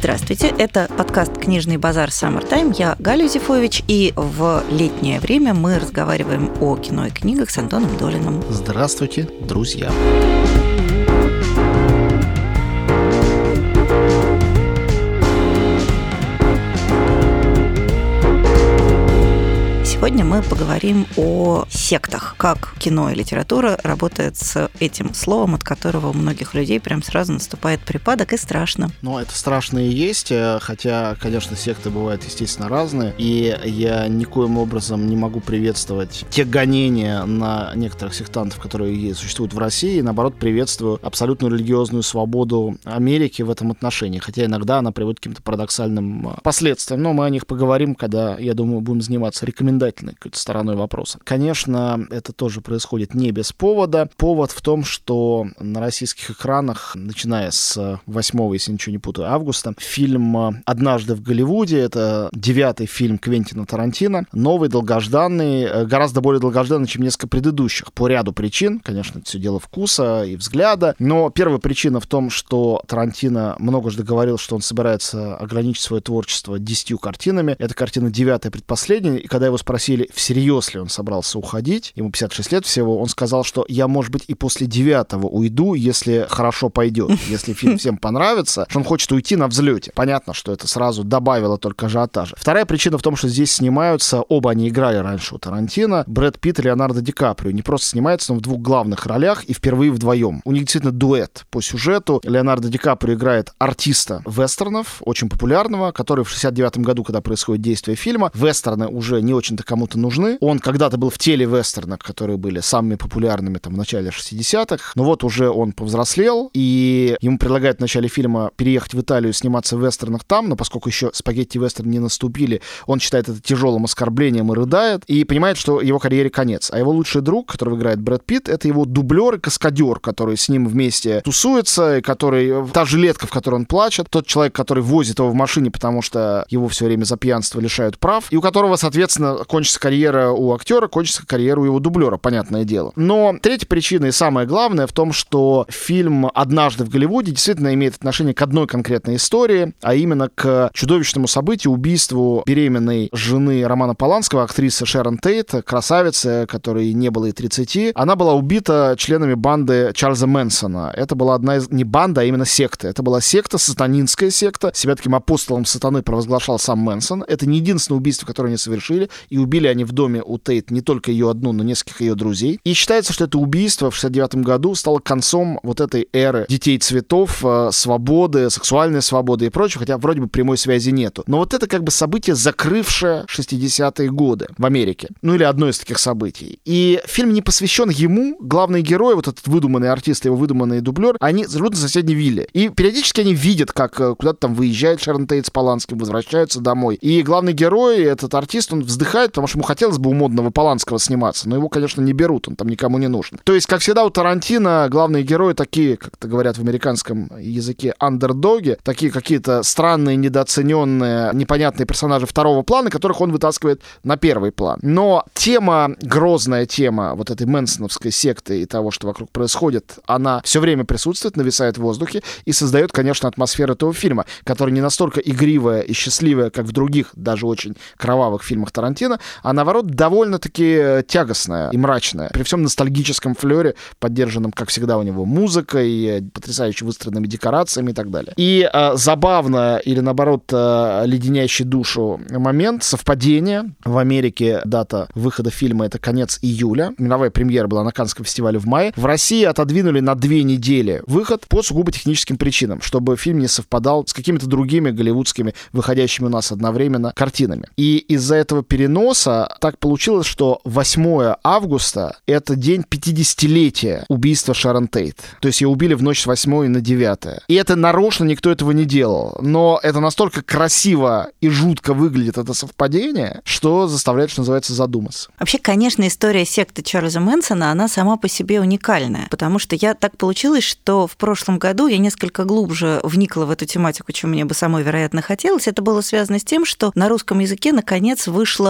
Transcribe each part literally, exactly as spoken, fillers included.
Здравствуйте, это подкаст «Книжный базар Summertime». Я Галя Зифович, и в летнее время мы разговариваем о кино и книгах с Антоном Долиным. Здравствуйте, друзья. Сегодня мы поговорим о сектах, как кино и литература работает с этим словом, от которого у многих людей прям сразу наступает припадок, и страшно. Ну, это страшно и есть, хотя, конечно, секты бывают, естественно, разные, и я никоим образом не могу приветствовать те гонения на некоторых сектантов, которые существуют в России, и, наоборот, приветствую абсолютную религиозную свободу Америки в этом отношении, хотя иногда она приводит к каким-то парадоксальным последствиям, но мы о них поговорим, когда, я думаю, будем заниматься рекомендательной какой-то стороной вопроса. Конечно, это тоже происходит не без повода. Повод в том, что на российских экранах, начиная с восьмого, если ничего не путаю, августа, фильм «Однажды в Голливуде», это девятый фильм Квентина Тарантино, новый, долгожданный, гораздо более долгожданный, чем несколько предыдущих, по ряду причин. Конечно, это все дело вкуса и взгляда, но первая причина в том, что Тарантино многожды говорил, что он собирается ограничить свое творчество десятью картинами. Эта картина девятая, предпоследняя, и когда его спросили, всерьез ли он собрался уходить, ему пятьдесят шесть лет всего, он сказал, что я, может быть, и после девятого уйду, если хорошо пойдет, если фильм всем понравится, что он хочет уйти на взлете. Понятно, что это сразу добавило только ажиотажа. Вторая причина в том, что здесь снимаются, оба они играли раньше у Тарантино, Брэд Питт и Леонардо Ди Каприо. Не просто снимаются, но в двух главных ролях и впервые вдвоем. У них действительно дуэт по сюжету. Леонардо Ди Каприо играет артиста вестернов, очень популярного, который в шестьдесят девятом году, когда происходит действие фильма, вестерны уже не очень-то кому-то нужны. Он когда-то был в теле вестерна, которые были самыми популярными там в начале шестидесятых, но вот уже он повзрослел, и ему предлагают в начале фильма переехать в Италию и сниматься в вестернах там, но поскольку еще спагетти-вестерн не наступили, он считает это тяжелым оскорблением и рыдает, и понимает, что его карьере конец. А его лучший друг, которого играет Брэд Питт, это его дублер и каскадер, который с ним вместе тусуется, и который, та жилетка, в которой он плачет, тот человек, который возит его в машине, потому что его все время за пьянство лишают прав, и у которого, соответственно, кончится карьера у актера, кончится карьера у его дублера, понятное дело. Но третья причина и самое главное в том, что фильм «Однажды в Голливуде» действительно имеет отношение к одной конкретной истории, а именно к чудовищному событию, убийству беременной жены Романа Поланского, актрисы Шерон Тейт, красавицы, которой не было и тридцати. Она была убита членами банды Чарльза Мэнсона. Это была одна из... не банда, а именно секта. Это была секта, сатанинская секта. Себя таким апостолом сатаны провозглашал сам Мэнсон. Это не единственное убийство, которое они совершили, и убили они в доме у Тейт не только ее одну, но нескольких ее друзей. И считается, что это убийство в шестьдесят девятом году стало концом вот этой эры детей цветов, свободы, сексуальной свободы и прочего, хотя вроде бы прямой связи нету. Но вот это как бы событие, закрывшее шестидесятые годы в Америке. Ну или одно из таких событий. И фильм не посвящен ему. Главные герои, вот этот выдуманный артист и его выдуманный дублер, они живут на соседней вилле. И периодически они видят, как куда-то там выезжает Шерон Тейт с Поланским, возвращаются домой. И главный герой, этот артист, он вздыхает, потому что ему хотелось бы у модного Поланского сниматься, но его, конечно, не берут, он там никому не нужен. То есть, как всегда у Тарантино, главные герои такие, как-то говорят в американском языке, андердоги, такие какие-то странные, недооцененные, непонятные персонажи второго плана, которых он вытаскивает на первый план. Но тема, грозная тема вот этой мэнсоновской секты и того, что вокруг происходит, она все время присутствует, нависает в воздухе и создает, конечно, атмосферу этого фильма, которая не настолько игривая и счастливая, как в других, даже очень кровавых фильмах Тарантино, а наоборот довольно-таки тягостная и мрачная. При всем ностальгическом флёре, поддержанном, как всегда, у него музыкой, потрясающе выстроенными декорациями и так далее. И э, забавно или, наоборот, э, леденящий душу момент, совпадение. В Америке дата выхода фильма — это конец июля. Мировая премьера была на Каннском фестивале в мае. В России отодвинули на две недели выход по сугубо техническим причинам, чтобы фильм не совпадал с какими-то другими голливудскими, выходящими у нас одновременно картинами. И из-за этого переноса так получилось, что восьмое августа — это день пятидесятилетия убийства Шерон Тейт. То есть ее убили в ночь с восьмого на девятое. И это нарочно никто этого не делал. Но это настолько красиво и жутко выглядит, это совпадение, что заставляет, что называется, задуматься. Вообще, конечно, история секты Чарльза Мэнсона, она сама по себе уникальная, потому что я так получилось, что в прошлом году я несколько глубже вникла в эту тематику, чем мне бы самой, вероятно, хотелось. Это было связано с тем, что на русском языке наконец вышла более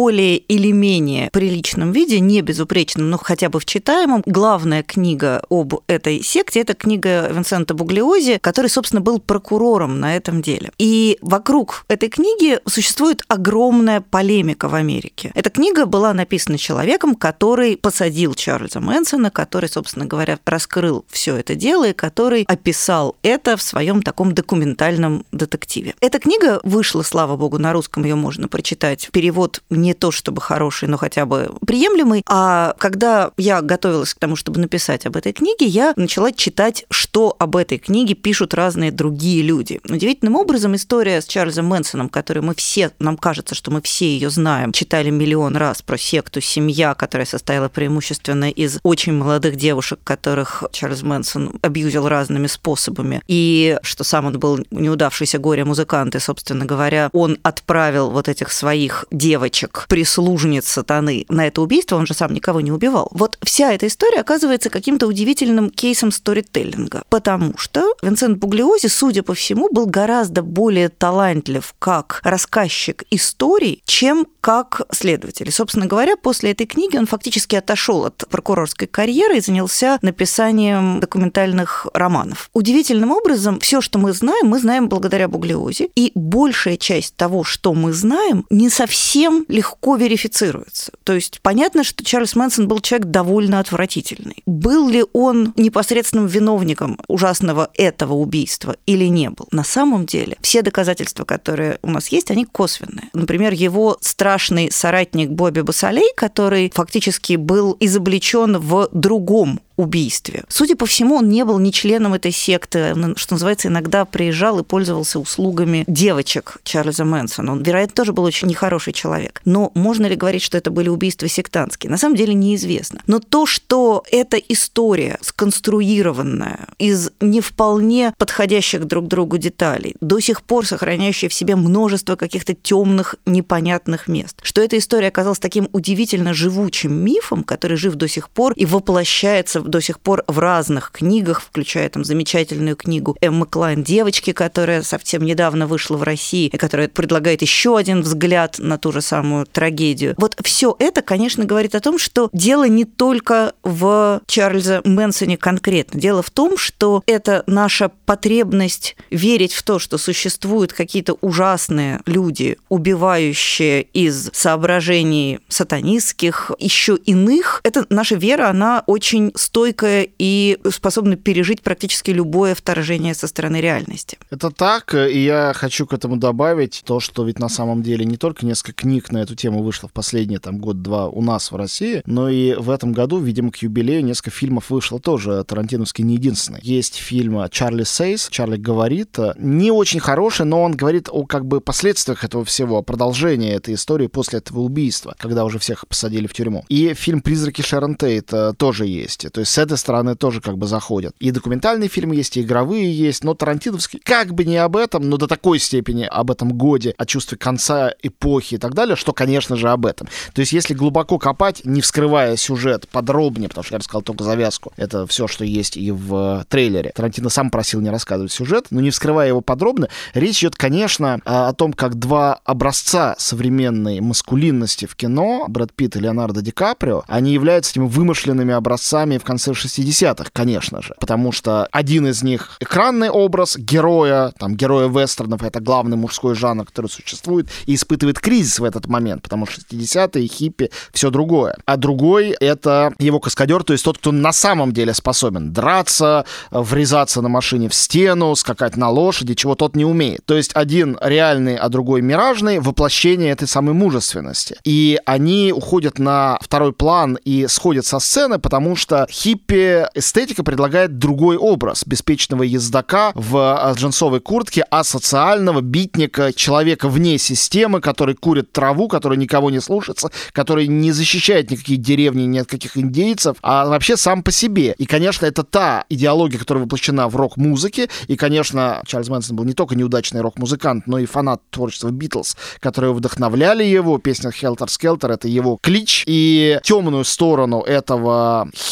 более или менее приличном виде, не безупречном, но хотя бы в читаемом. Главная книга об этой секте – это книга Винсента Буглиози, который, собственно, был прокурором на этом деле. И вокруг этой книги существует огромная полемика в Америке. Эта книга была написана человеком, который посадил Чарльза Мэнсона, который, собственно говоря, раскрыл все это дело и который описал это в своем таком документальном детективе. Эта книга вышла, слава богу, на русском, ее можно прочитать. Перевод не то чтобы хороший, но хотя бы приемлемый. А когда я готовилась к тому, чтобы написать об этой книге, я начала читать, что об этой книге пишут разные другие люди. Удивительным образом история с Чарльзом Мэнсоном, которую мы все, нам кажется, что мы все ее знаем, читали миллион раз про секту «Семья», которая состояла преимущественно из очень молодых девушек, которых Чарльз Мэнсон абьюзил разными способами, и что сам он был неудавшийся горе-музыкант, и, собственно говоря, он отправил вот этих своих девочек, прислужниц сатаны, на это убийство, он же сам никого не убивал. Вот вся эта история оказывается каким-то удивительным кейсом сторителлинга, потому что Винсент Буглиози, судя по всему, был гораздо более талантлив как рассказчик историй, чем как следователь. И, собственно говоря, после этой книги он фактически отошел от прокурорской карьеры и занялся написанием документальных романов. Удивительным образом, все, что мы знаем, мы знаем благодаря Буглиози, и большая часть того, что мы знаем, не совсем легко верифицируется. То есть понятно, что Чарльз Мэнсон был человек довольно отвратительный. Был ли он непосредственным виновником ужасного этого убийства или не был? На самом деле, все доказательства, которые у нас есть, они косвенные. Например, его страшный соратник Бобби Басалей, который фактически был изобличен в другом убийстве. Судя по всему, он не был ни членом этой секты, он, что называется, иногда приезжал и пользовался услугами девочек Чарльза Мэнсона. Он, вероятно, тоже был очень нехороший человек. Но можно ли говорить, что это были убийства сектантские? На самом деле неизвестно. Но то, что эта история, сконструированная из не вполне подходящих друг другу деталей, до сих пор сохраняющая в себе множество каких-то темных, непонятных мест, что эта история оказалась таким удивительно живучим мифом, который жив до сих пор и воплощается до сих пор в разных книгах, включая там замечательную книгу Эммы Клайн «Девочки», которая совсем недавно вышла в России, и которая предлагает еще один взгляд на ту же самую трагедию. Вот все это, конечно, говорит о том, что дело не только в Чарльзе Мэнсоне конкретно. Дело в том, что это наша потребность верить в то, что существуют какие-то ужасные люди, убивающие из соображений сатанистских, еще иных. Это наша вера, она очень стойкая и способна пережить практически любое вторжение со стороны реальности. Это так, и я хочу к этому добавить то, что ведь на самом деле не только несколько книг на эту тему вышло в последние там год-два у нас в России, но и в этом году, видимо, к юбилею несколько фильмов вышло тоже, тарантиновский не единственный. Есть фильм «Чарли Сейс», «Чарли говорит», не очень хороший, но он говорит о как бы последствиях этого всего, о продолжении этой истории после этого убийства, когда уже всех посадили в тюрьму. И фильм «Призраки Шерон Тейт» тоже есть. То есть с этой стороны тоже как бы заходят. И документальные фильмы есть, и игровые есть, но тарантиновский как бы не об этом, но до такой степени об этом годе, о чувстве конца эпохи и так далее, что, конечно же, об этом. То есть если глубоко копать, не вскрывая сюжет подробнее, потому что я рассказал только завязку, это все, что есть и в трейлере. Тарантино сам просил не рассказывать сюжет, но не вскрывая его подробно, речь идет, конечно, о том, как два образца современной маскулинности в кино, Брэд Питт и Леонардо Ди Каприо, они являются этими вымышленными образцами в конце шестидесятых, конечно же. Потому что один из них — экранный образ героя, там, героя вестернов, это главный мужской жанр, который существует и испытывает кризис в этот момент, потому что шестидесятые, хиппи, все другое. А другой — это его каскадер, то есть тот, кто на самом деле способен драться, врезаться на машине в стену, скакать на лошади, чего тот не умеет. То есть один реальный, а другой миражный, воплощение этой самой мужественности. И они уходят на второй план и сходят со сцены, потому что хиппи-эстетика предлагает другой образ беспечного ездака в джинсовой куртке, асоциального битника, человека вне системы, который курит траву, который никого не слушается, который не защищает никаких деревни, ни от каких индейцев, а вообще сам по себе. И, конечно, это та идеология, которая воплощена в рок-музыке. И, конечно, Чарльз Мэнсон был не только неудачный рок-музыкант, но и фанат творчества Битлз, которые вдохновляли его. Песня «Хелтер Скелтер» — это его клич. И темную сторону этого хиппи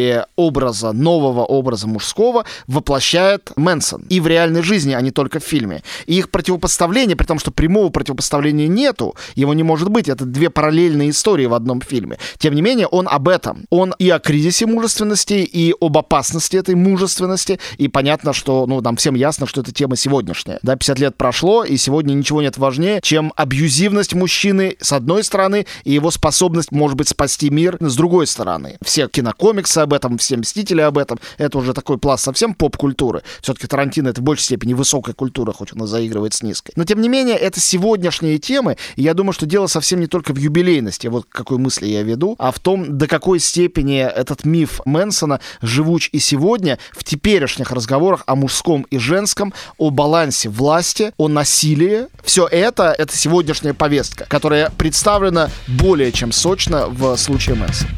идеи образа, нового образа мужского воплощает Мэнсон. И в реальной жизни, а не только в фильме. И их противопоставление, при том, что прямого противопоставления нету, его не может быть, это две параллельные истории в одном фильме. Тем не менее, он об этом. Он и о кризисе мужественности, и об опасности этой мужественности. И понятно, что, ну, нам всем ясно, что это тема сегодняшняя. Да, пятьдесят лет прошло, и сегодня ничего нет важнее, чем абьюзивность мужчины с одной стороны, и его способность, может быть, спасти мир с другой стороны. Все кинокомиксы об этом, все Мстители об этом. Это уже такой пласт совсем поп-культуры. Все-таки Тарантино — это в большей степени высокая культура, хоть он и заигрывает с низкой. Но, тем не менее, это сегодняшние темы, и я думаю, что дело совсем не только в юбилейности, вот к какой мысли я веду, а в том, до какой степени этот миф Мэнсона живуч и сегодня в теперешних разговорах о мужском и женском, о балансе власти, о насилии. Все это — это сегодняшняя повестка, которая представлена более чем сочно в случае Мэнсона.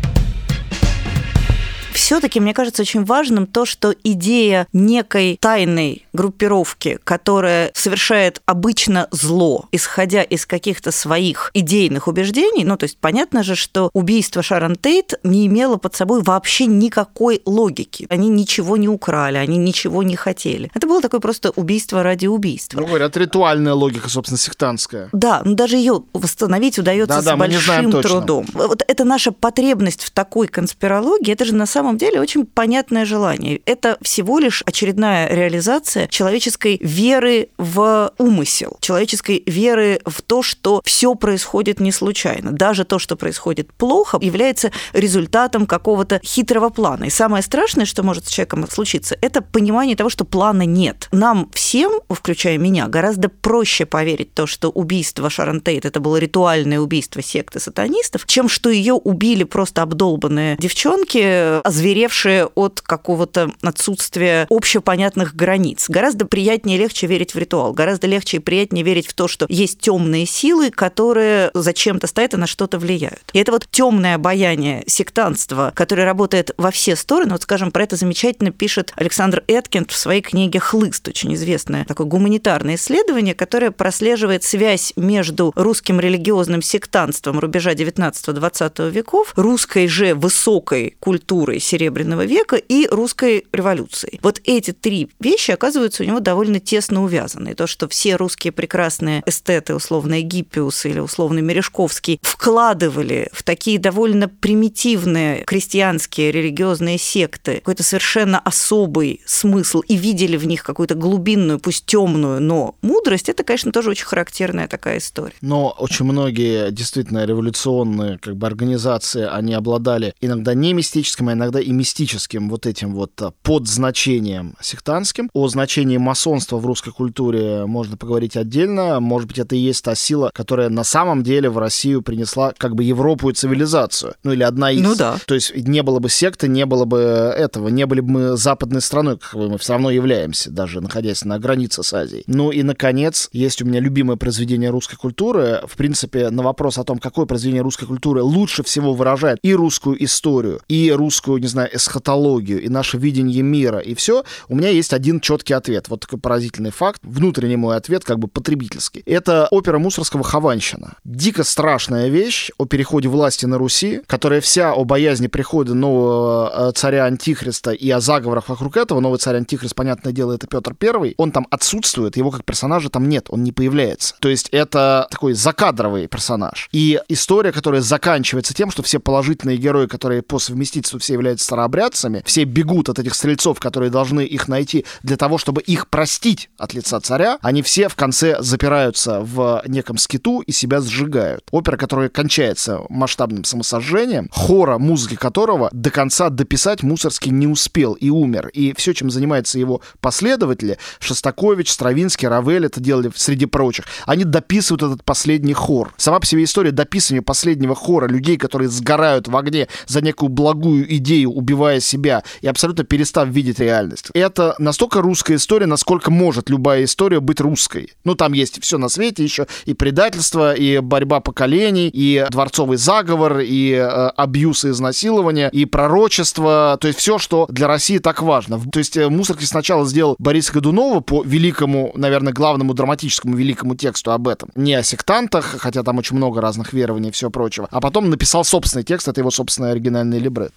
Все-таки, мне кажется, очень важным то, что идея некой тайной группировки, которая совершает обычно зло, исходя из каких-то своих идейных убеждений, ну, то есть понятно же, что убийство Шарон Тейт не имело под собой вообще никакой логики. Они ничего не украли, они ничего не хотели. Это было такое просто убийство ради убийства. Ну, говорят, ритуальная логика, собственно, сектантская. Да, но даже ее восстановить удается да, с да, большим трудом. Вот это наша потребность в такой конспирологии, это же на самом деле очень понятное желание. Это всего лишь очередная реализация человеческой веры в умысел, человеческой веры в то, что все происходит не случайно. Даже то, что происходит плохо, является результатом какого-то хитрого плана. И самое страшное, что может с человеком случиться, это понимание того, что плана нет. Нам всем, включая меня, гораздо проще поверить в то, что убийство Шарон Тейт — это было ритуальное убийство секты сатанистов, чем что ее убили просто обдолбанные девчонки, озверевшие от какого-то отсутствия общепонятных границ. Гораздо приятнее и легче верить в ритуал, гораздо легче и приятнее верить в то, что есть темные силы, которые зачем-то стоят и на что-то влияют. И это вот темное обаяние сектантства, которое работает во все стороны. Вот, скажем, про это замечательно пишет Александр Эткинд в своей книге «Хлыст», очень известное такое гуманитарное исследование, которое прослеживает связь между русским религиозным сектантством рубежа девятнадцатого-двадцатого веков, русской же высокой культурой Серебряного века и русской революции. Вот эти три вещи оказываются у него довольно тесно увязаны. То, что все русские прекрасные эстеты, условно Гиппиус или условно Мережковский, вкладывали в такие довольно примитивные крестьянские религиозные секты какой-то совершенно особый смысл и видели в них какую-то глубинную, пусть темную, но мудрость, это, конечно, тоже очень характерная такая история. Но очень многие действительно революционные как бы организации, они обладали иногда не мистическим, а иногда и мистическим вот этим вот подзначением сектантским. О значении масонства в русской культуре можно поговорить отдельно. Может быть, это и есть та сила, которая на самом деле в Россию принесла как бы Европу и цивилизацию. Ну, или одна из. Ну, да. То есть не было бы секты, не было бы этого, не были бы мы западной страной, какой мы все равно являемся, даже находясь на границе с Азией. Ну и, наконец, есть у меня любимое произведение русской культуры. В принципе, на вопрос о том, какое произведение русской культуры лучше всего выражает и русскую историю, и русскую, не знаю, эсхатологию, и наше видение мира, и все, у меня есть один четкий ответ. Вот такой поразительный факт, внутренний мой ответ, как бы потребительский. Это опера Мусоргского «Хованщина». Дико страшная вещь о переходе власти на Руси, которая вся о боязни прихода нового царя Антихриста и о заговорах вокруг этого. Новый царь Антихрист, понятное дело, это Петр Первый. Он там отсутствует, его как персонажа там нет, он не появляется. То есть это такой закадровый персонаж. И история, которая заканчивается тем, что все положительные герои, которые по совместительству все являются старообрядцами, все бегут от этих стрельцов, которые должны их найти для того, чтобы их простить от лица царя, они все в конце запираются в неком скиту и себя сжигают. Опера, которая кончается масштабным самосожжением, хора, музыки которого до конца дописать Мусоргский не успел и умер. И все, чем занимаются его последователи, Шостакович, Стравинский, Равель, это делали среди прочих, они дописывают этот последний хор. Сама по себе история дописывания последнего хора людей, которые сгорают в огне за некую благую идею, убивая себя и абсолютно перестав видеть реальность. Это настолько русская история, насколько может любая история быть русской. Ну, там есть все на свете еще, и предательство, и борьба поколений, и дворцовый заговор, и э, абьюз и изнасилование, и пророчество, то есть все, что для России так важно. То есть э, Мусоргский сначала сделал Бориса Годунова по великому, наверное, главному драматическому великому тексту об этом. Не о сектантах, хотя там очень много разных верований и всего прочего, а потом написал собственный текст, это его собственное оригинальное либретто. И вот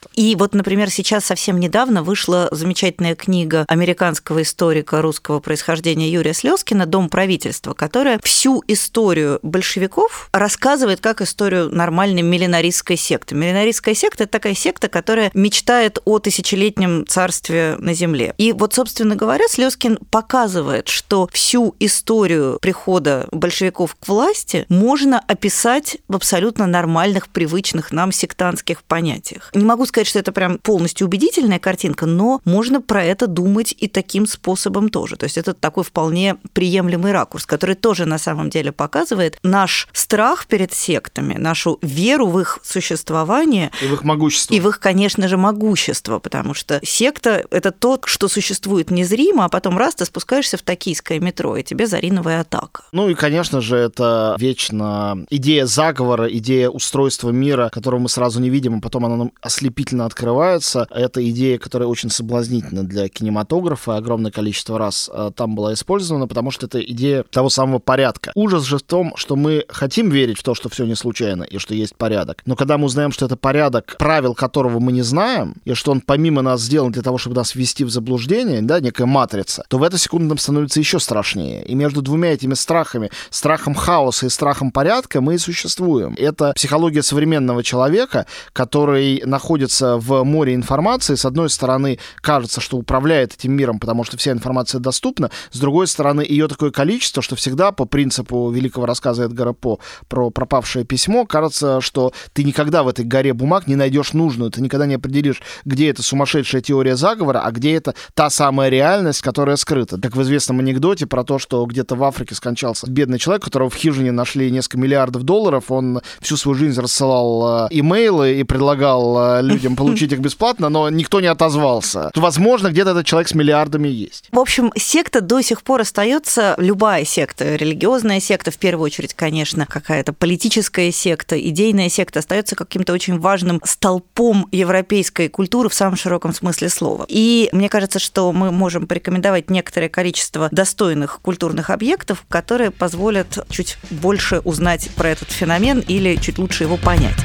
Вот, например, сейчас совсем недавно вышла замечательная книга американского историка русского происхождения Юрия Слезкина «Дом правительства», которая всю историю большевиков рассказывает как историю нормальной миллинаристской секты. Миллинаристская секта – это такая секта, которая мечтает о тысячелетнем царстве на земле. И вот, собственно говоря, Слезкин показывает, что всю историю прихода большевиков к власти можно описать в абсолютно нормальных, привычных нам сектантских понятиях. Не могу сказать, что это прям полностью убедительная картинка, но можно про это думать и таким способом тоже. То есть это такой вполне приемлемый ракурс, который тоже на самом деле показывает наш страх перед сектами, нашу веру в их существование. И в их могущество. И в их, конечно же, могущество, потому что секта – это то, что существует незримо, а потом раз ты спускаешься в токийское метро, и тебе зариновая атака. Ну и, конечно же, это вечно идея заговора, идея устройства мира, которого мы сразу не видим, а потом она нам ослепительно открывается. Это идея, которая очень соблазнительна для кинематографа, огромное количество раз там была использована, потому что это идея того самого порядка. Ужас же в том, что мы хотим верить в то, что все не случайно и что есть порядок. Но когда мы узнаем, что это порядок, правил которого мы не знаем, и что он помимо нас сделан для того, чтобы нас ввести в заблуждение, да, некая матрица, то в эту секунду нам становится еще страшнее. И между двумя этими страхами, страхом хаоса и страхом порядка, мы и существуем. Это психология современного человека, который находится в море информации. С одной стороны, кажется, что управляет этим миром, потому что вся информация доступна. С другой стороны, ее такое количество, что всегда по принципу великого рассказа Эдгара По про пропавшее письмо, кажется, что ты никогда в этой горе бумаг не найдешь нужную. Ты никогда не определишь, где это сумасшедшая теория заговора, а где это та самая реальность, которая скрыта. Как в известном анекдоте про то, что где-то в Африке скончался бедный человек, которого в хижине нашли несколько миллиардов долларов. Он всю свою жизнь рассылал имейлы и предлагал людям получить их бесплатно, но никто не отозвался. Возможно, где-то этот человек с миллиардами есть. В общем, секта до сих пор остается, любая секта, религиозная секта, в первую очередь, конечно, какая-то политическая секта, идейная секта, остается каким-то очень важным столпом европейской культуры в самом широком смысле слова. И мне кажется, что мы можем порекомендовать некоторое количество достойных культурных объектов, которые позволят чуть больше узнать про этот феномен или чуть лучше его понять.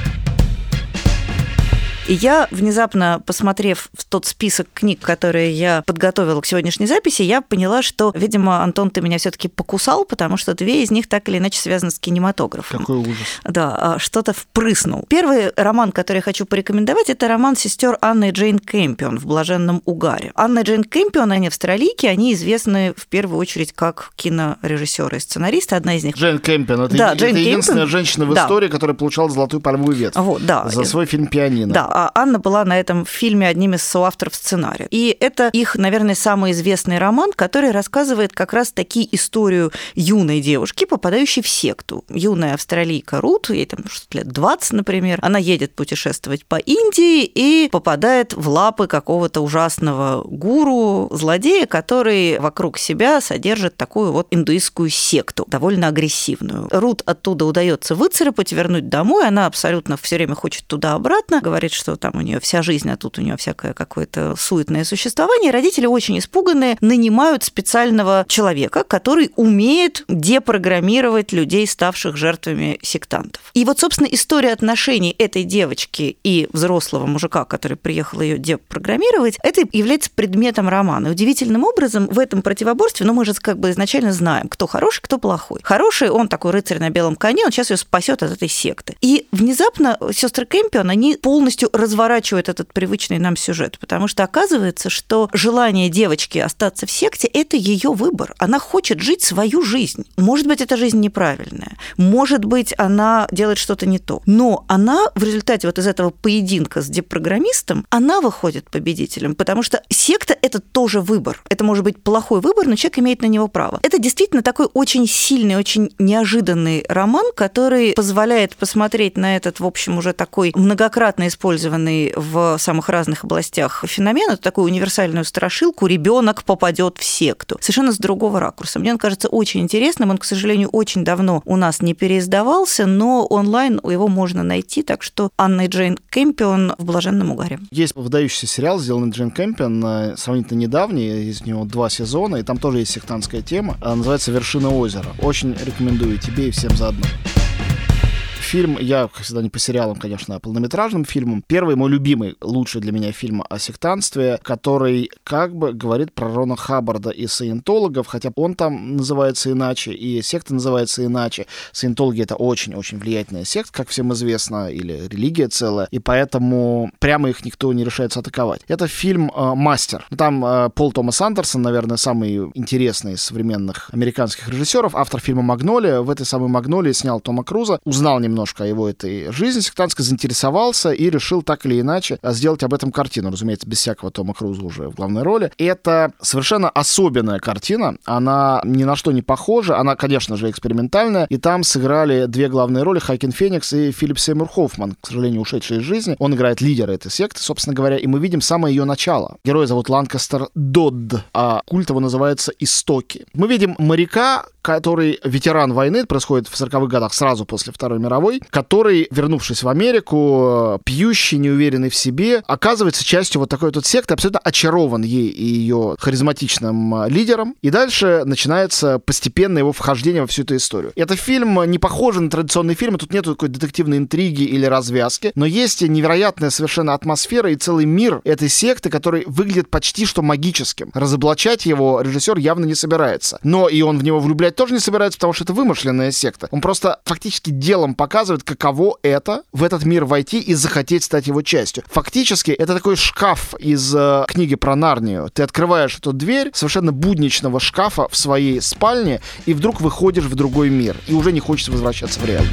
И я, внезапно посмотрев в тот список книг, которые я подготовила к сегодняшней записи, я поняла, что, видимо, Антон, ты меня все-таки покусал, потому что две из них так или иначе связаны с кинематографом. Какой ужас. Да, что-то впрыснул. Первый роман, который я хочу порекомендовать, это роман сестер Анны и Джейн Кэмпион «В блаженном угаре». Анна и Джейн Кэмпион, они австралийки, они известны в первую очередь как кинорежиссеры и сценаристы. Одна из них... Джейн Кэмпион. Это, да, это Джейн единственная Кэмпион. женщина в да. истории, которая получала золотую пальмовую ветвь. Вот, да. За свой фильм «Пианино». Да. А Анна была на этом фильме одним из соавторов сценария. И это их, наверное, самый известный роман, который рассказывает как раз-таки историю юной девушки, попадающей в секту. Юная австралийка Рут, ей там что-то лет двадцать, например, она едет путешествовать по Индии и попадает в лапы какого-то ужасного гуру, злодея, который вокруг себя содержит такую вот индуистскую секту, довольно агрессивную. Рут оттуда удается выцарапать, вернуть домой, она абсолютно все время хочет туда-обратно, говорит, что там у нее вся жизнь, а тут у нее всякое какое-то суетное существование. Родители очень испуганные, нанимают специального человека, который умеет депрограммировать людей, ставших жертвами сектантов. И вот, собственно, история отношений этой девочки и взрослого мужика, который приехал ее депрограммировать, это является предметом романа. И удивительным образом в этом противоборстве, ну, мы же как бы изначально знаем, кто хороший, кто плохой. Хороший, он такой рыцарь на белом коне, он сейчас ее спасет от этой секты. И внезапно сестры Кэмпион, они полностью разворачивают этот привычный нам сюжет, потому что оказывается, что желание девочки остаться в секте – это ее выбор. Она хочет жить свою жизнь. Может быть, эта жизнь неправильная, может быть, она делает что-то не то, но она в результате вот из этого поединка с депрограммистом, она выходит победителем, потому что секта – это тоже выбор. Это может быть плохой выбор, но человек имеет на него право. Это действительно такой очень сильный, очень неожиданный роман, который позволяет посмотреть на этот, в общем, уже такой многократно использованный в самых разных областях феномен, это такую универсальную страшилку «ребенок попадет в секту». Совершенно с другого ракурса. Мне он кажется очень интересным, он, к сожалению, очень давно у нас не переиздавался, но онлайн его можно найти, так что Анна и Джейн Кэмпион «В блаженном угаре». Есть выдающийся сериал, сделанный Джейн Кэмпион, сравнительно недавний, из него два сезона, и там тоже есть сектантская тема, называется «Вершина озера». Очень рекомендую тебе и всем заодно. фильм, я, как всегда, не по сериалам, конечно, а полнометражным фильмам. Первый, мой любимый, лучший для меня фильм о сектантстве, который как бы говорит про Рона Хаббарда и саентологов, хотя он там называется иначе, и секта называется иначе. Саентологи — это очень-очень влиятельная секта, как всем известно, или религия целая, и поэтому прямо их никто не решается атаковать. Это фильм э, «Мастер». Там э, Пол Томас Андерсон, наверное, самый интересный из современных американских режиссеров, автор фильма «Магнолия». В этой самой «Магнолии» снял Тома Круза, узнал немножко о его этой жизни сектантской, заинтересовался и решил так или иначе сделать об этом картину. Разумеется, без всякого Тома Круза уже в главной роли. И это совершенно особенная картина. Она ни на что не похожа. Она, конечно же, экспериментальная. И там сыграли две главные роли — Хоакин Феникс и Филипп Сеймур Хоффман, к сожалению, ушедший из жизни. Он играет лидера этой секты, собственно говоря, и мы видим самое ее начало. Героя зовут Ланкастер Додд, а культ его называется «Истоки». Мы видим моряка, который ветеран войны, это происходит в сороковых годах, сразу после Второй мировой, который, вернувшись в Америку, пьющий, неуверенный в себе, оказывается частью вот такой вот секты, абсолютно очарован ей и ее харизматичным лидером, и дальше начинается постепенное его вхождение во всю эту историю. Это фильм не похожий на традиционные фильмы, тут нет такой детективной интриги или развязки, но есть невероятная совершенно атмосфера и целый мир этой секты, который выглядит почти что магическим. Разоблачать его режиссер явно не собирается, но и он в него влюбляет тоже не собирается, потому что это вымышленная секта. Он просто фактически делом показывает, каково это в этот мир войти и захотеть стать его частью. Фактически это такой шкаф из э, книги про Нарнию. Ты открываешь эту дверь совершенно будничного шкафа в своей спальне и вдруг выходишь в другой мир. И уже не хочется возвращаться в реальность.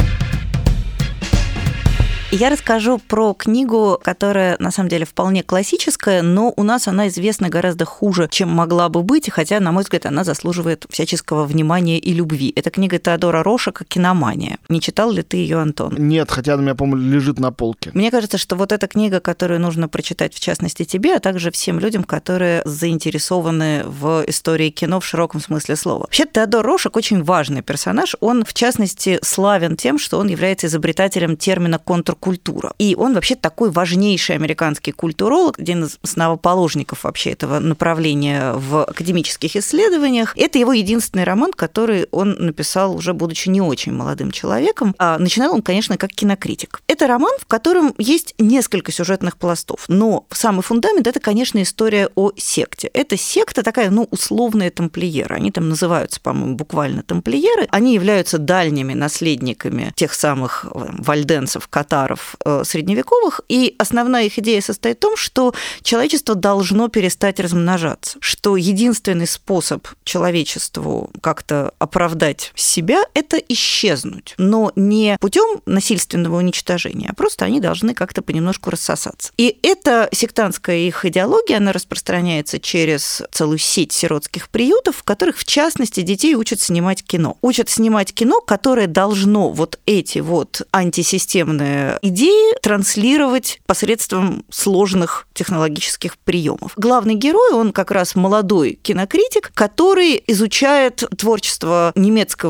Я расскажу про книгу, которая, на самом деле, вполне классическая, но у нас она известна гораздо хуже, чем могла бы быть, хотя, на мой взгляд, она заслуживает всяческого внимания и любви. Это книга Теодора Рошака «Киномания». Не читал ли ты ее, Антон? Нет, хотя она у меня, по-моему, лежит на полке. Мне кажется, что вот эта книга, которую нужно прочитать, в частности, тебе, а также всем людям, которые заинтересованы в истории кино в широком смысле слова. Вообще, Теодор Рошак очень важный персонаж. Он, в частности, славен тем, что он является изобретателем термина «контркультура». И он вообще такой важнейший американский культуролог, один из основоположников вообще этого направления в академических исследованиях. Это его единственный роман, который он написал, уже будучи не очень молодым человеком. А начинал он, конечно, как кинокритик. Это роман, в котором есть несколько сюжетных пластов, но самый фундамент – это, конечно, история о секте. Это секта такая, ну, условная тамплиеры. Они там называются, по-моему, буквально тамплиеры. Они являются дальними наследниками тех самых вальденцев, катаров, средневековых, и основная их идея состоит в том, что человечество должно перестать размножаться, что единственный способ человечеству как-то оправдать себя – это исчезнуть, но не путем насильственного уничтожения, а просто они должны как-то понемножку рассосаться. И эта сектантская их идеология, она распространяется через целую сеть сиротских приютов, в которых, в частности, детей учат снимать кино. Учат снимать кино, которое должно вот эти вот антисистемные идеи транслировать посредством сложных технологических приемов. Главный герой, он как раз молодой кинокритик, который изучает творчество немецкого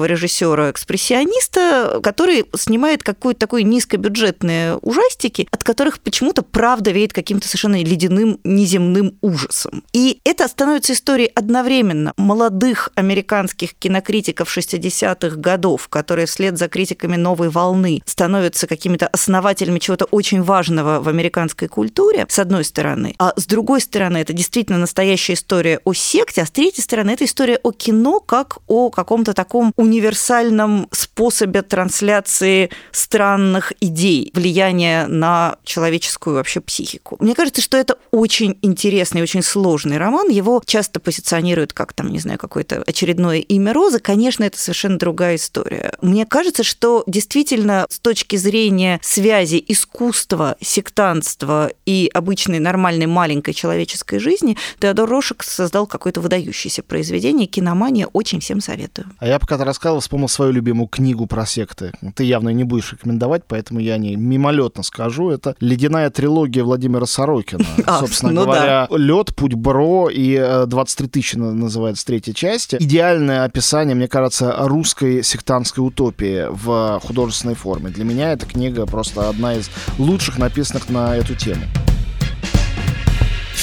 режиссера-экспрессиониста, который снимает какие-то такие низкобюджетные ужастики, от которых почему-то правда веет каким-то совершенно ледяным, неземным ужасом. И это становится историей одновременно молодых американских кинокритиков шестидесятых годов, которые вслед за критиками новой волны становятся какими-то основателями чего-то очень важного в американской культуре, с одной стороны, а с другой стороны, это действительно настоящая история о секте, а с третьей стороны, это история о кино как о каком-то таком универсальном способе трансляции странных идей, влияния на человеческую вообще психику. Мне кажется, что это очень интересный, очень сложный роман, его часто позиционируют как, там, не знаю, какое-то очередное имя Розы, конечно, это совершенно другая история. Мне кажется, что действительно с точки зрения связи искусства, сектантства и обычной нормальной маленькой человеческой жизни Теодор Рошак создал какое-то выдающееся произведение. «Киномания», очень всем советую. А я пока ты рассказывал, вспомнил свою любимую книгу про секты. Ты явно не будешь рекомендовать, поэтому я не мимолетно скажу. Это «Ледяная трилогия» Владимира Сорокина. А, собственно ну говоря, да. «Лед», «Путь Бро» и «двадцать три тысячи» называется третья часть. Идеальное описание, мне кажется, русской сектантской утопии в художественной форме. Для меня эта книга просто одна из лучших, написанных на эту тему.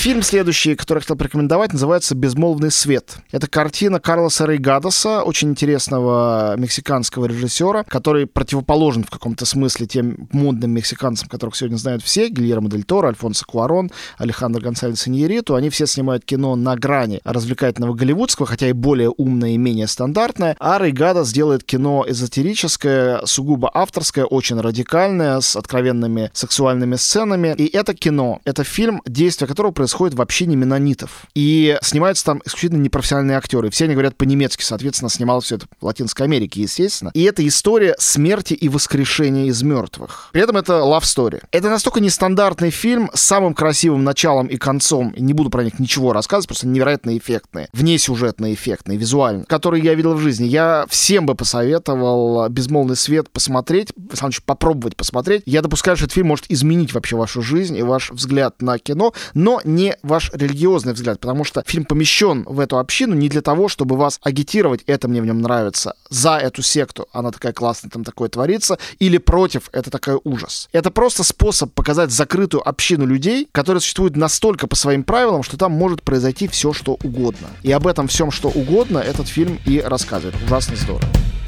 Фильм следующий, который я хотел порекомендовать, называется «Безмолвный свет». Это картина Карлоса Рейгадоса, очень интересного мексиканского режиссера, который противоположен в каком-то смысле тем модным мексиканцам, которых сегодня знают все: Гильермо дель Торо, Альфонсо Куарон, Алехандро Гонсалес Иньярриту. Они все снимают кино на грани развлекательного голливудского, хотя и более умное и менее стандартное. А Рейгадос делает кино эзотерическое, сугубо авторское, очень радикальное, с откровенными сексуальными сценами. И это кино, это фильм, действие которого происходит в общине меннонитов. И снимаются там исключительно непрофессиональные актеры. Все они говорят по-немецки, соответственно, снимал все это в Латинской Америке, естественно. И это история смерти и воскрешения из мертвых. При этом это love story. Это настолько нестандартный фильм с самым красивым началом и концом. Не буду про них ничего рассказывать, просто невероятно эффектные, внесюжетно эффектные, визуально, которые я видел в жизни. Я всем бы посоветовал «Безмолвный свет» посмотреть, в самом деле, попробовать посмотреть. Я допускаю, что этот фильм может изменить вообще вашу жизнь и ваш взгляд на кино, но не ваш религиозный взгляд, потому что фильм помещен в эту общину не для того, чтобы вас агитировать, это мне в нем нравится, за эту секту, она такая классная, там такое творится, или против, это такой ужас. Это просто способ показать закрытую общину людей, которые существуют настолько по своим правилам, что там может произойти все, что угодно. И об этом всем, что угодно, этот фильм и рассказывает. Ужасно здорово.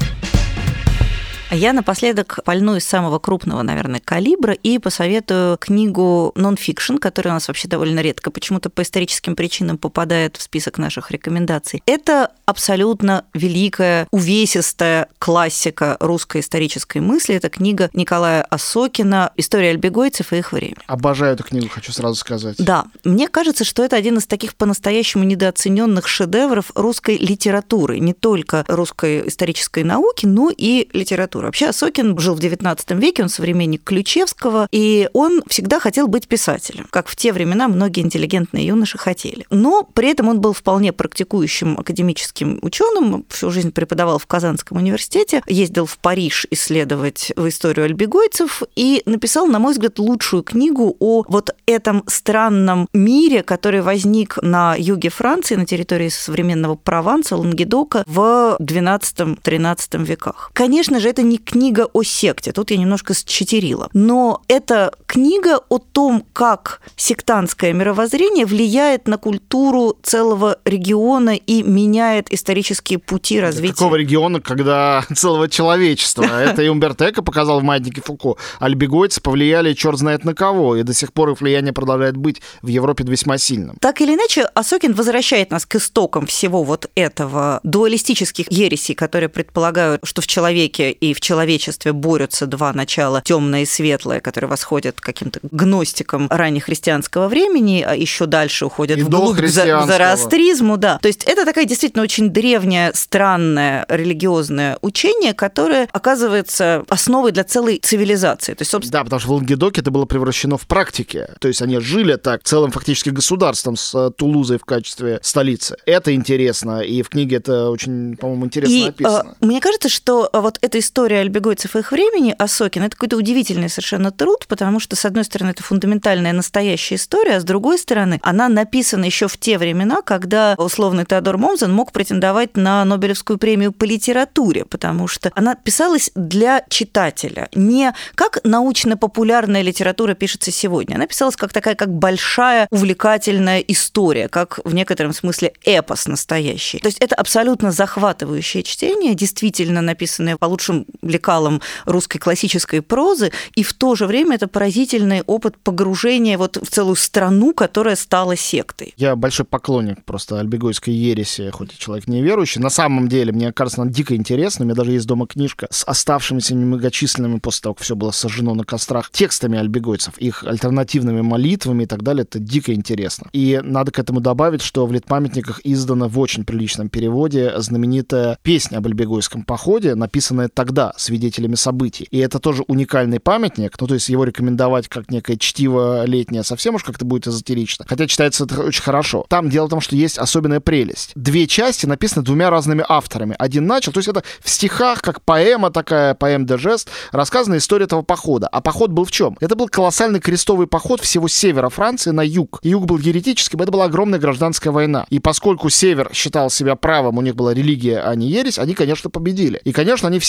А я напоследок пальну из самого крупного, наверное, калибра и посоветую книгу нон-фикшн, которая у нас вообще довольно редко почему-то по историческим причинам попадает в список наших рекомендаций. Это абсолютно великая, увесистая классика русской исторической мысли. Это книга Николая Осокина «История альбегойцев и их время». Обожаю эту книгу, хочу сразу сказать. Да, мне кажется, что это один из таких по-настоящему недооцененных шедевров русской литературы, не только русской исторической науки, но и литературы. Вообще Осокин жил в девятнадцатом веке, он современник Ключевского, и он всегда хотел быть писателем, как в те времена многие интеллигентные юноши хотели. Но при этом он был вполне практикующим академическим ученым, всю жизнь преподавал в Казанском университете, ездил в Париж исследовать историю альбегойцев и написал, на мой взгляд, лучшую книгу о вот этом странном мире, который возник на юге Франции, на территории современного Прованса, Лангедока в двенадцатом-тринадцатом веках. Конечно же, это не книга о секте, тут я немножко считерила, но это книга о том, как сектантское мировоззрение влияет на культуру целого региона и меняет исторические пути развития. Какого региона, когда целого человечества? Это и Умберто Эко показал в «Маятнике Фуко». Альбегойцы повлияли черт знает на кого, и до сих пор их влияние продолжает быть в Европе весьма сильным. Так или иначе, Осокин возвращает нас к истокам всего вот этого дуалистических ересей, которые предполагают, что в человеке и в человечестве борются два начала, темное и светлое, которые восходят к каким-то гностикам раннехристианского времени, а еще дальше уходят вглубь к зороастризму. Да. То есть это такая действительно очень древняя, странное религиозное учение, которое оказывается основой для целой цивилизации. То есть, собственно... Да, потому что в Лангедоке это было превращено в практике. То есть они жили так целым фактически государством с Тулузой в качестве столицы. Это интересно, и в книге это очень, по-моему, интересно и, написано. Мне кажется, что вот эта история альбегойцев и их времени Осокин — это какой-то удивительный совершенно труд, потому что, с одной стороны, это фундаментальная настоящая история, а с другой стороны, она написана еще в те времена, когда условный Теодор Момзен мог претендовать на Нобелевскую премию по литературе, потому что она писалась для читателя, не как научно-популярная литература пишется сегодня. Она писалась как такая, как большая, увлекательная история, как в некотором смысле эпос настоящий. То есть это абсолютно захватывающее чтение, действительно написанное по лучшим лекалам русской классической прозы, и в то же время это поразительный опыт погружения вот в целую страну, которая стала сектой. Я большой поклонник просто альбегойской ереси, хоть и человек неверующий. На самом деле, мне кажется, она дико интересна. У меня даже есть дома книжка с оставшимися немногочисленными, после того, как все было сожжено на кострах, текстами альбегойцев, их альтернативными молитвами и так далее. Это дико интересно. И надо к этому добавить, что в литпамятниках издана в очень приличном переводе знаменитая песня об альбегойском походе, написанная тогда свидетелями событий. И это тоже уникальный памятник, ну, то есть его рекомендовать как некое чтиво летнее совсем уж как-то будет эзотерично. Хотя читается это очень хорошо. Там дело в том, что есть особенная прелесть. Две части написаны двумя разными авторами. Один начал, то есть это в стихах, как поэма такая, поэм де жест, рассказана история этого похода. А поход был в чем? Это был колоссальный крестовый поход всего севера Франции на юг. И юг был еретическим, это была огромная гражданская война. И поскольку север считал себя правым, у них была религия, а не ересь, они, конечно, победили. И, конечно, они всех сожгли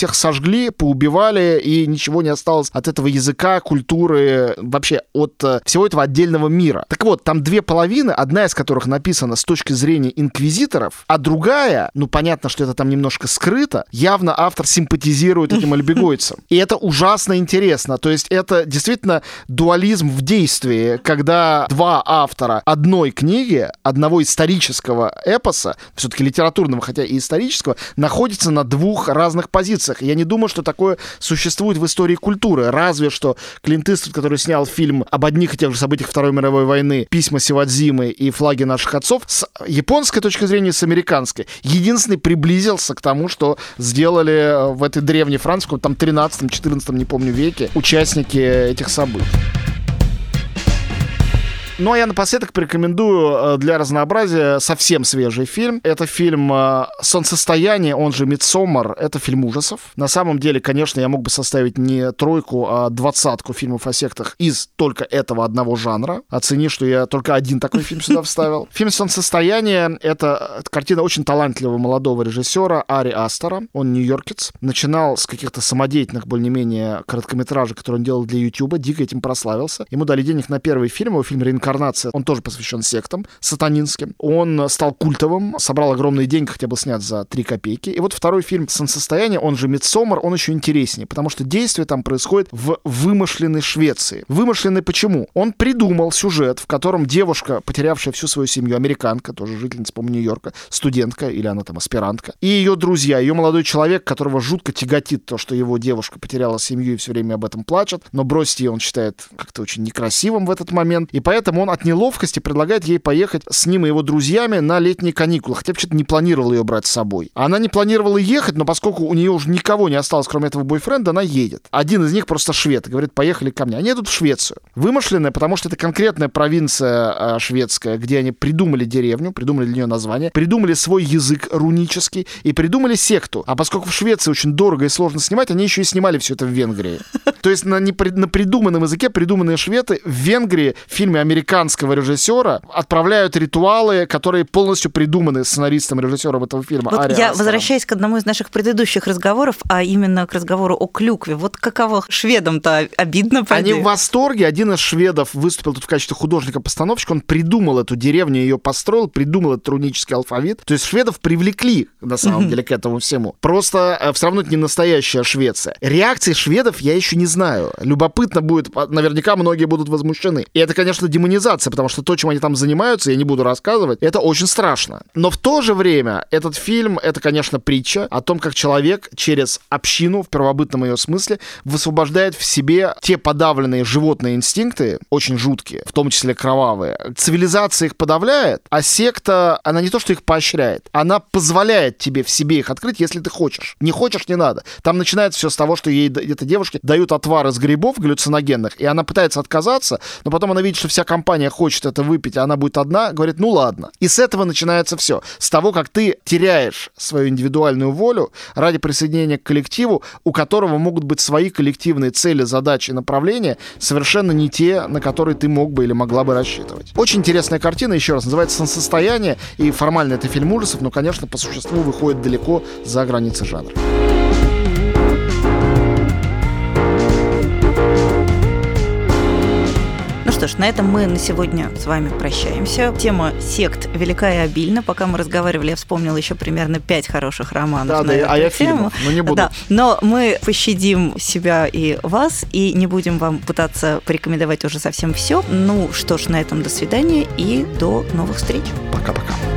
сожгли, поубивали, и ничего не осталось от этого языка, культуры, вообще от всего этого отдельного мира. Так вот, там две половины, одна из которых написана с точки зрения инквизиторов, а другая, ну, понятно, что это там немножко скрыто, явно автор симпатизирует этим альбегойцам. И это ужасно интересно. То есть это действительно дуализм в действии, когда два автора одной книги, одного исторического эпоса, все-таки литературного, хотя и исторического, находятся на двух разных позициях. Я не думаю, что такое существует в истории культуры. Разве что Клинт Иствуд, который снял фильм об одних и тех же событиях Второй мировой войны «Письма Сивадзимы» и «Флаги наших отцов», с японской точки зрения, с американской, единственный приблизился к тому, что сделали в этой древней Франции, там тринадцатом-четырнадцатом, не помню, веке, участники этих событий. Ну, а я напоследок порекомендую для разнообразия совсем свежий фильм. Это фильм «Солнцестояние», он же «Мидсоммар». Это фильм ужасов. На самом деле, конечно, я мог бы составить не тройку, а двадцатку фильмов о сектах из только этого одного жанра. Оцени, что я только один такой фильм сюда вставил. Фильм «Солнцестояние» — это картина очень талантливого молодого режиссера Ари Астера. Он нью-йоркец. Начинал с каких-то самодеятельных, более-менее, короткометражек, которые он делал для Ютуба. Дико этим прославился. Ему дали денег на первый фильм, его фильм «Реинкарнация». Он тоже посвящен сектам сатанинским. Он стал культовым, собрал огромные деньги, хотя был снят за три копейки. И вот второй фильм «Солнцестояние», он же «Мидсоммар», он еще интереснее, потому что действие там происходит в вымышленной Швеции. Вымышленной почему? Он придумал сюжет, в котором девушка, потерявшая всю свою семью, американка, тоже жительница, по-моему, Нью-Йорка, студентка, или она там аспирантка, и ее друзья, ее молодой человек, которого жутко тяготит то, что его девушка потеряла семью и все время об этом плачет, но бросить ее он считает как-то очень некрасивым в этот момент, и поэтому он от неловкости предлагает ей поехать с ним и его друзьями на летние каникулы, хотя вообще-то не планировал ее брать с собой. Она не планировала ехать, но поскольку у нее уже никого не осталось, кроме этого бойфренда, она едет. Один из них просто швед, и говорит: поехали ко мне. Они едут в Швецию. Вымышленная, потому что это конкретная провинция э, шведская, где они придумали деревню, придумали для нее название, придумали свой язык рунический и придумали секту. А поскольку в Швеции очень дорого и сложно снимать, они еще и снимали все это в Венгрии. То есть на, непри... на придуманном языке придуманные шведы в Венгрии в фильме «Американского» режиссера отправляют ритуалы, которые полностью придуманы сценаристом и режиссером этого фильма. Вот Ари я, Астером. возвращаясь к одному из наших предыдущих разговоров, а именно к разговору о клюкве, вот каково шведам-то обидно, пойди. Они в восторге. Один из шведов выступил тут в качестве художника-постановщика, он придумал эту деревню, ее построил, придумал этот рунический алфавит. То есть шведов привлекли, на самом деле, к этому всему. Просто э, все равно это не настоящая Швеция. Реакции шведов я еще не знаю. Любопытно будет, наверняка многие будут возмущены. И это, конечно, демонизация, потому что то, чем они там занимаются, я не буду рассказывать, это очень страшно. Но в то же время этот фильм, это, конечно, притча о том, как человек через общину, в первобытном ее смысле, высвобождает в себе те подавленные животные инстинкты, очень жуткие, в том числе кровавые. Цивилизация их подавляет, а секта, она не то, что их поощряет, она позволяет тебе в себе их открыть, если ты хочешь. Не хочешь, не надо. Там начинается все с того, что ей, этой девушке, дают отвар из грибов галлюциногенных, и она пытается отказаться, но потом она видит, что вся компания хочет это выпить, а она будет одна, говорит: ну ладно. И с этого начинается все. С того, как ты теряешь свою индивидуальную волю ради присоединения к коллективу, у которого могут быть свои коллективные цели, задачи и направления, совершенно не те, на которые ты мог бы или могла бы рассчитывать. Очень интересная картина, еще раз, называется «Солнцестояние», и формально это фильм ужасов, но, конечно, по существу выходит далеко за границы жанра. Ну что ж, на этом мы на сегодня с вами прощаемся. Тема сект велика и обильна. Пока мы разговаривали, я вспомнила еще примерно пять хороших романов да, на да, эту а я тему. фильмов, но не буду. Да, но мы пощадим себя и вас, и не будем вам пытаться порекомендовать уже совсем все. Ну что ж, на этом до свидания и до новых встреч. Пока-пока.